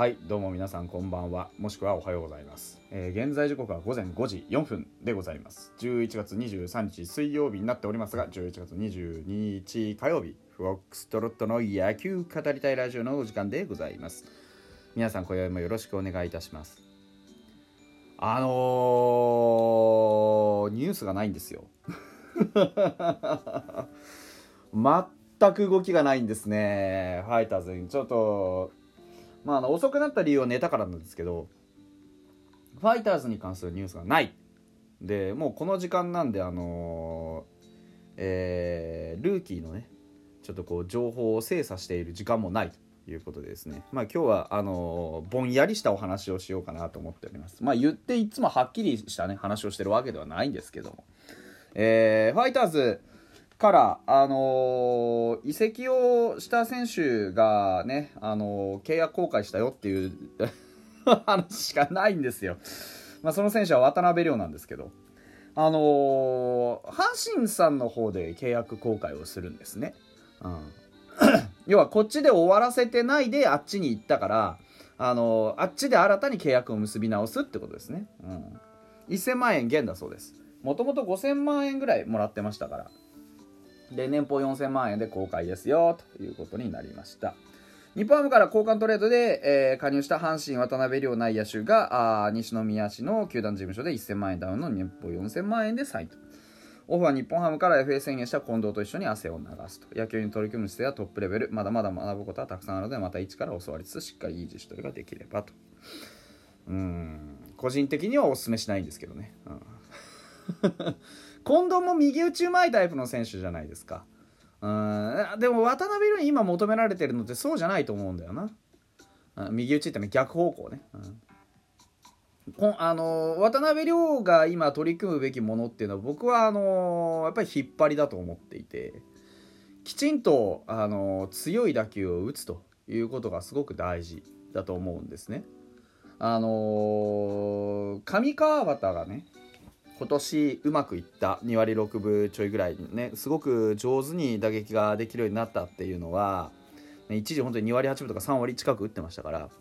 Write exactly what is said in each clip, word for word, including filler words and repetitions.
はい、どうも皆さんこんばんは、もしくはおはようございます。えー、現在時刻はごぜんごじよんぷんでございます。じゅういちがつにじゅうさんにち水曜日になっておりますが、じゅういちがつにじゅうににち火曜日、フォックストロットの野球語りたいラジオのお時間でございます。皆さん今宵もよろしくお願いいたします。あのー、ニュースがないんですよ。全く動きがないんですね。ファイターズにちょっとまあ、あの遅くなった理由は寝たからなんですけど、ファイターズに関するニュースがないで、もうこの時間なんで、あのーえー、ルーキーのねちょっとこう情報を精査している時間もないということでですね、まあ今日はあのー、ぼんやりしたお話をしようかなと思っております。まあ言っていつもはっきりしたね話をしてるわけではないんですけども、えー、ファイターズから、あのー、移籍をした選手がね、あのー、契約更改したよっていう話しかないんですよ。まあ、その選手は渡辺亮なんですけど、あのー、阪神さんの方で契約更改をするんですね。うん、要はこっちで終わらせてないであっちに行ったから、あのー、あっちで新たに契約を結び直すってことですね。うん、せんまんえん減だそうです。もともとごせんまんえんぐらいもらってましたから。で年俸よんせんまんえんで公開ですよということになりました。日本ハムから交換トレードで、えー、加入した阪神渡辺亮内野手が西宮市の球団事務所でせんまんえんダウンの年俸よんせんまんえんでサインと。オフは日本ハムから エフエー 宣言した近藤と一緒に汗を流すと。野球に取り組む姿勢はトップレベル、まだまだ学ぶことはたくさんあるので、また一から教わりつつしっかりいい自主トレができればと。うーん個人的にはお勧めしないんですけどね、うん近藤も右打ちうまいタイプの選手じゃないですか。うん、でも渡辺亮に今求められてるのってそうじゃないと思うんだよな。右打ちってのは逆方向ね。うん、あの渡辺亮が今取り組むべきものっていうのは、僕はあのやっぱり引っ張りだと思っていて、きちんとあの強い打球を打つということがすごく大事だと思うんですね。あの上川端がね今年うまくいったにわりろくぶちょいぐらいね、すごく上手に打撃ができるようになったっていうのは、ね、一時本当ににわりはちぶとかさんわり近く打ってましたから。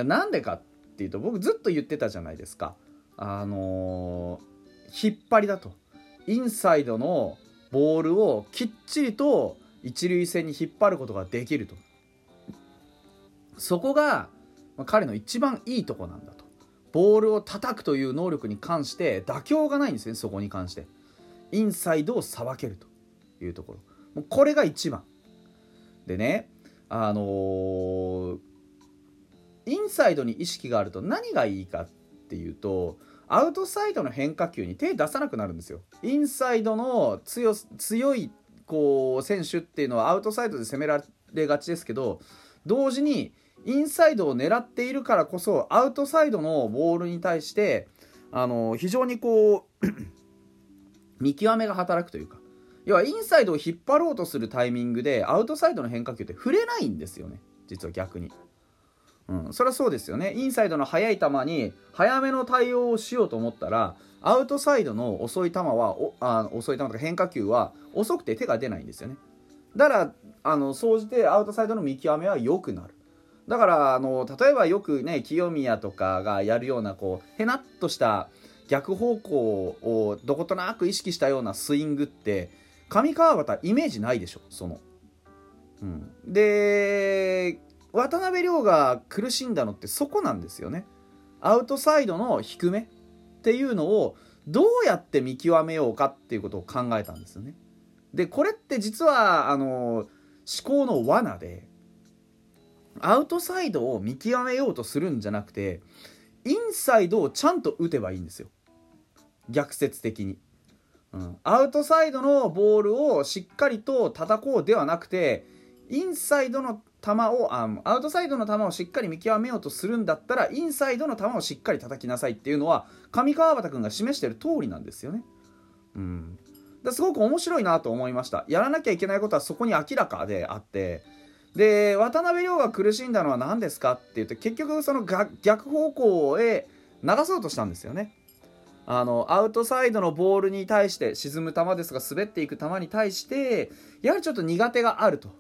なんでかっていうと、僕ずっと言ってたじゃないですか。あのー、引っ張りだと。インサイドのボールをきっちりと一塁線に引っ張ることができると。そこが彼の一番いいとこなんだと。ボールを叩くという能力に関して妥協がないんですね。そこに関してインサイドをさばけるというところ、もうこれが一番でね、あのー、インサイドに意識があると何がいいかっていうと、アウトサイドの変化球に手出さなくなるんですよ。インサイドの 強, 強いこう選手っていうのはアウトサイドで攻められがちですけど、同時にインサイドを狙っているからこそアウトサイドのボールに対してあの非常にこう見極めが働くというか、要はインサイドを引っ張ろうとするタイミングでアウトサイドの変化球って触れないんですよね、実は逆に。うん、それはそうですよね。インサイドの速い球に早めの対応をしようと思ったら、アウトサイドの遅い球はおあ遅い球とか変化球は遅くて手が出ないんですよね。だからあの総じてアウトサイドの見極めは良くなる。だからあの例えばよくね清宮とかがやるようなこうへなっとした逆方向をどことなく意識したようなスイングって上川端イメージないでしょ。その、うん、で渡辺亮が苦しんだのってそこなんですよね。アウトサイドの低めっていうのをどうやって見極めようかっていうことを考えたんですよね。でこれって実はあの思考の罠で、アウトサイドを見極めようとするんじゃなくてインサイドをちゃんと打てばいいんですよ、逆説的に。うん、アウトサイドのボールをしっかりと叩こうではなくて、インサイドの球をあアウトサイドの球をしっかり見極めようとするんだったらインサイドの球をしっかり叩きなさいっていうのは上川端君が示している通りなんですよね。うん、だすごく面白いなと思いました。やらなきゃいけないことはそこに明らかであって、で渡辺亮が苦しんだのは何ですかって言って、結局その逆方向へ流そうとしたんですよね。あのアウトサイドのボールに対して、沈む球ですが滑っていく球に対してやはりちょっと苦手があると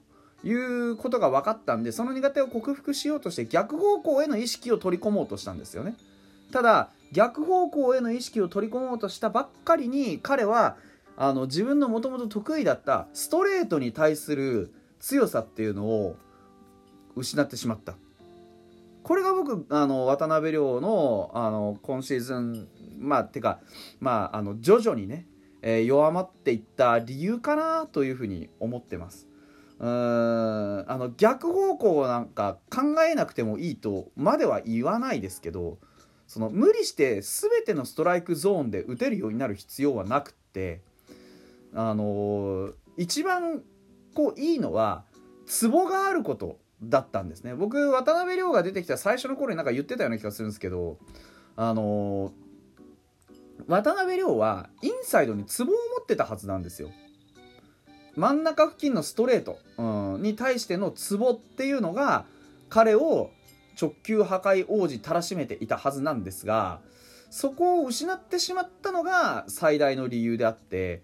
いうことが分かったんで、その苦手を克服しようとして逆方向への意識を取り込もうとしたんですよね。ただ逆方向への意識を取り込もうとしたばっかりに、彼はあの自分のもともと得意だったストレートに対する強さっていうのを失ってしまった。これが僕あの渡辺亮のあの今シーズン、まあてかまああの徐々にね、えー、弱まっていった理由かなというふうに思ってます。うーんあの逆方向なんか考えなくてもいいとまでは言わないですけど、その無理して全てのストライクゾーンで打てるようになる必要はなくって、あのー、一番こういいのはツボがあることだったんですね。僕渡辺亮が出てきた最初の頃になんか言ってたような気がするんですけど、あのー、渡辺亮はインサイドにツボを持ってたはずなんですよ。真ん中付近のストレート、うん、に対してのツボっていうのが彼を直球破壊王子たらしめていたはずなんですが、そこを失ってしまったのが最大の理由であって、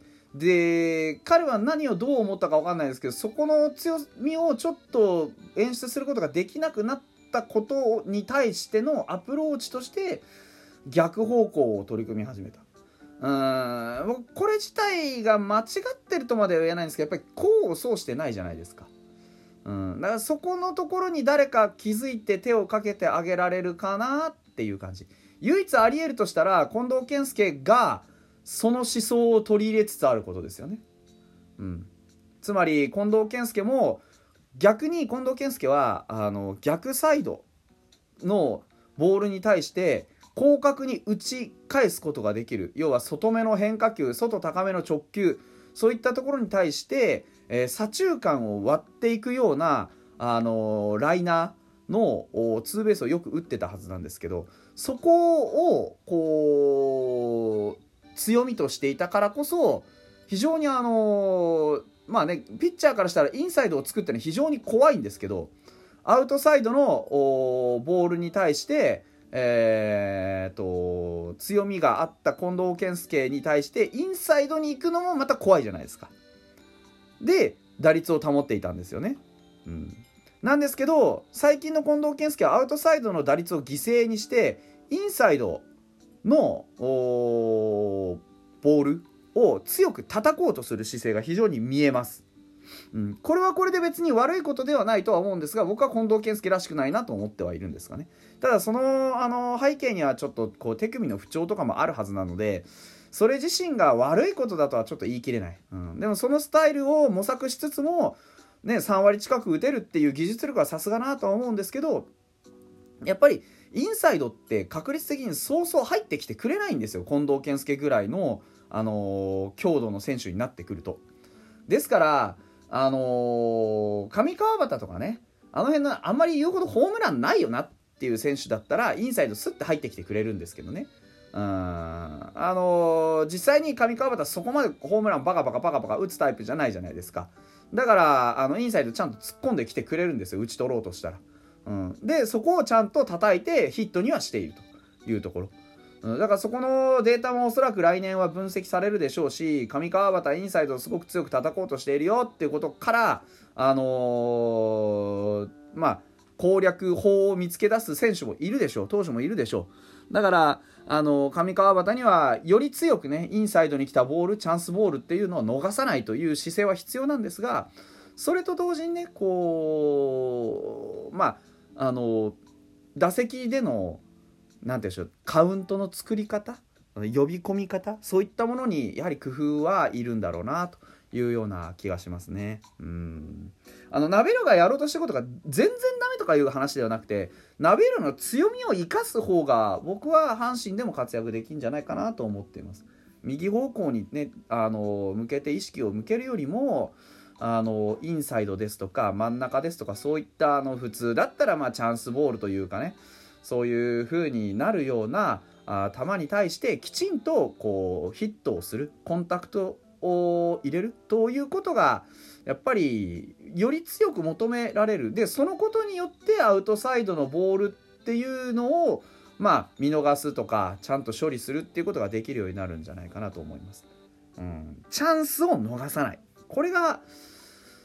で彼は何をどう思ったか分かんないですけど、そこの強みをちょっと演出することができなくなったことに対してのアプローチとして逆方向を取り組み始めた。うーんこれ自体が間違ってるとまでは言えないんですけど、やっぱり功を奏してないじゃないですか。うん、だからそこのところに誰か気づいて手をかけてあげられるかなっていう感じ。唯一あり得るとしたら近藤健介がその思想を取り入れつつあることですよね。うん、つまり近藤健介も逆に近藤健介はあの逆サイドのボールに対して広角に打ち返すことができる、要は外目の変化球、外高めの直球、そういったところに対して、えー、左中間を割っていくような、あのー、ライナーのツーベースをよく打ってたはずなんですけど、そこをこう強みとしていたからこそ非常にあのー、まあねピッチャーからしたらインサイドを作ってのは非常に怖いんですけど、アウトサイドのボールに対してえー、と強みがあった近藤健介に対してインサイドに行くのもまた怖いじゃないですか。で打率を保っていたんですよね。うん、なんですけど最近の近藤健介はアウトサイドの打率を犠牲にしてインサイドのボールを強く叩こうとする姿勢が非常に見えます。うん、これはこれで別に悪いことではないとは思うんですが、僕は近藤健介らしくないなと思ってはいるんですがね。ただその、あの背景にはちょっとこう手首の不調とかもあるはずなので、それ自身が悪いことだとはちょっと言い切れない。うん、でもそのスタイルを模索しつつも、ね、さん割近く打てるっていう技術力はさすがなとは思うんですけど、やっぱりインサイドって確率的にそうそう入ってきてくれないんですよ、近藤健介ぐらいの、あのー、強度の選手になってくると。ですからあのー、上川端とかね、あの辺のあんまり言うほどホームランないよなっていう選手だったらインサイドスッて入ってきてくれるんですけどね。うんあのー、実際に上川端そこまでホームランバカバカバカバカ打つタイプじゃないじゃないですか。だからあのインサイドちゃんと突っ込んできてくれるんですよ、打ち取ろうとしたら。うん、でそこをちゃんと叩いてヒットにはしているというところ。だからそこのデータもおそらく来年は分析されるでしょうし、上川端インサイドをすごく強く叩こうとしているよっていうことから、あのー、まあ攻略法を見つけ出す選手もいるでしょう、投手もいるでしょう。だからあの上川端にはより強くねインサイドに来たボール、チャンスボールっていうのを逃さないという姿勢は必要なんですが、それと同時にねこうまああの打席でのなんていうんでしょう、カウントの作り方、呼び込み方、そういったものにやはり工夫はいるんだろうなというような気がしますね。うんあのナベロがやろうとしたことが全然ダメとかいう話ではなくて、ナベロの強みを生かす方が僕は阪神でも活躍できるんじゃないかなと思っています。右方向にねあの向けて意識を向けるよりもあのインサイドですとか真ん中ですとか、そういったあの普通だったらまあチャンスボールというかね、そういう風になるようなあ球に対してきちんとこうヒットをする、コンタクトを入れるということがやっぱりより強く求められる。でそのことによってアウトサイドのボールっていうのをまあ見逃すとかちゃんと処理するっていうことができるようになるんじゃないかなと思います。うん、チャンスを逃さない、これが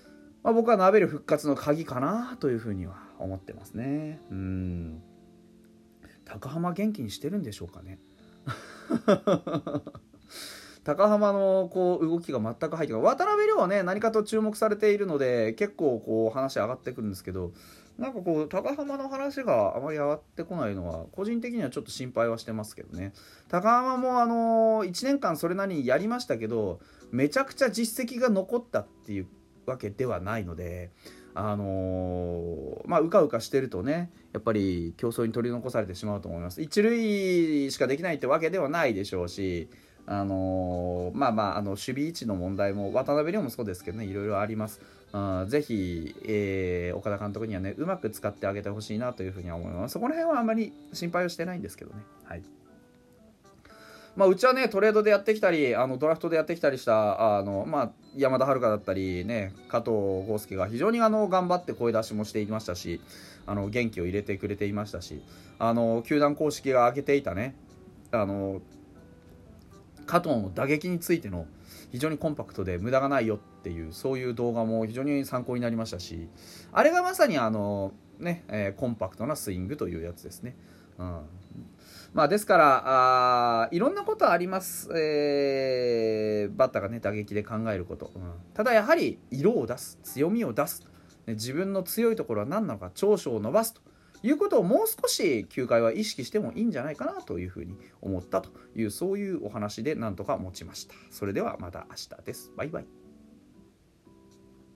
まあ、僕はナベル復活の鍵かなというふうには思ってますね。うん、高浜元気にしてるんでしょうかね。高浜のこう動きが全く入ってこない。渡辺亮はね何かと注目されているので結構こう話上がってくるんですけど、なんかこう高浜の話があまり上がってこないのは個人的にはちょっと心配はしてますけどね。高浜もあのいちねんかんそれなりにやりましたけど、めちゃくちゃ実績が残ったっていうわけではないので、あのー、まあうかうかしてるとねやっぱり競争に取り残されてしまうと思います。一塁しかできないってわけではないでしょうし、あのー、まあまああの守備位置の問題も渡辺亮もそうですけどね、いろいろあります。あぜひ、えー、岡田監督にはねうまく使ってあげてほしいなというふうには思います。そこら辺はあまり心配をしてないんですけどね。はい。まあ、うちはねトレードでやってきたりあのドラフトでやってきたりしたあの、まあ、山田遥だったり、ね、加藤豪介が非常にあの頑張って声出しもしていましたし、あの元気を入れてくれていましたし、あの球団公式が挙げていたねあの加藤の打撃についての非常にコンパクトで無駄がないよっていうそういう動画も非常に参考になりましたし、あれがまさにあの、ねえー、コンパクトなスイングというやつですね。うんまあ、ですからあいろんなことあります、えー、バッターが、ね、打撃で考えること、うん、ただやはり色を出す強みを出す、ね、自分の強いところは何なのか長所を伸ばすということをもう少し球界は意識してもいいんじゃないかなというふうに思ったというそういうお話でなんとか持ちました。それではまた明日です。バイバイ。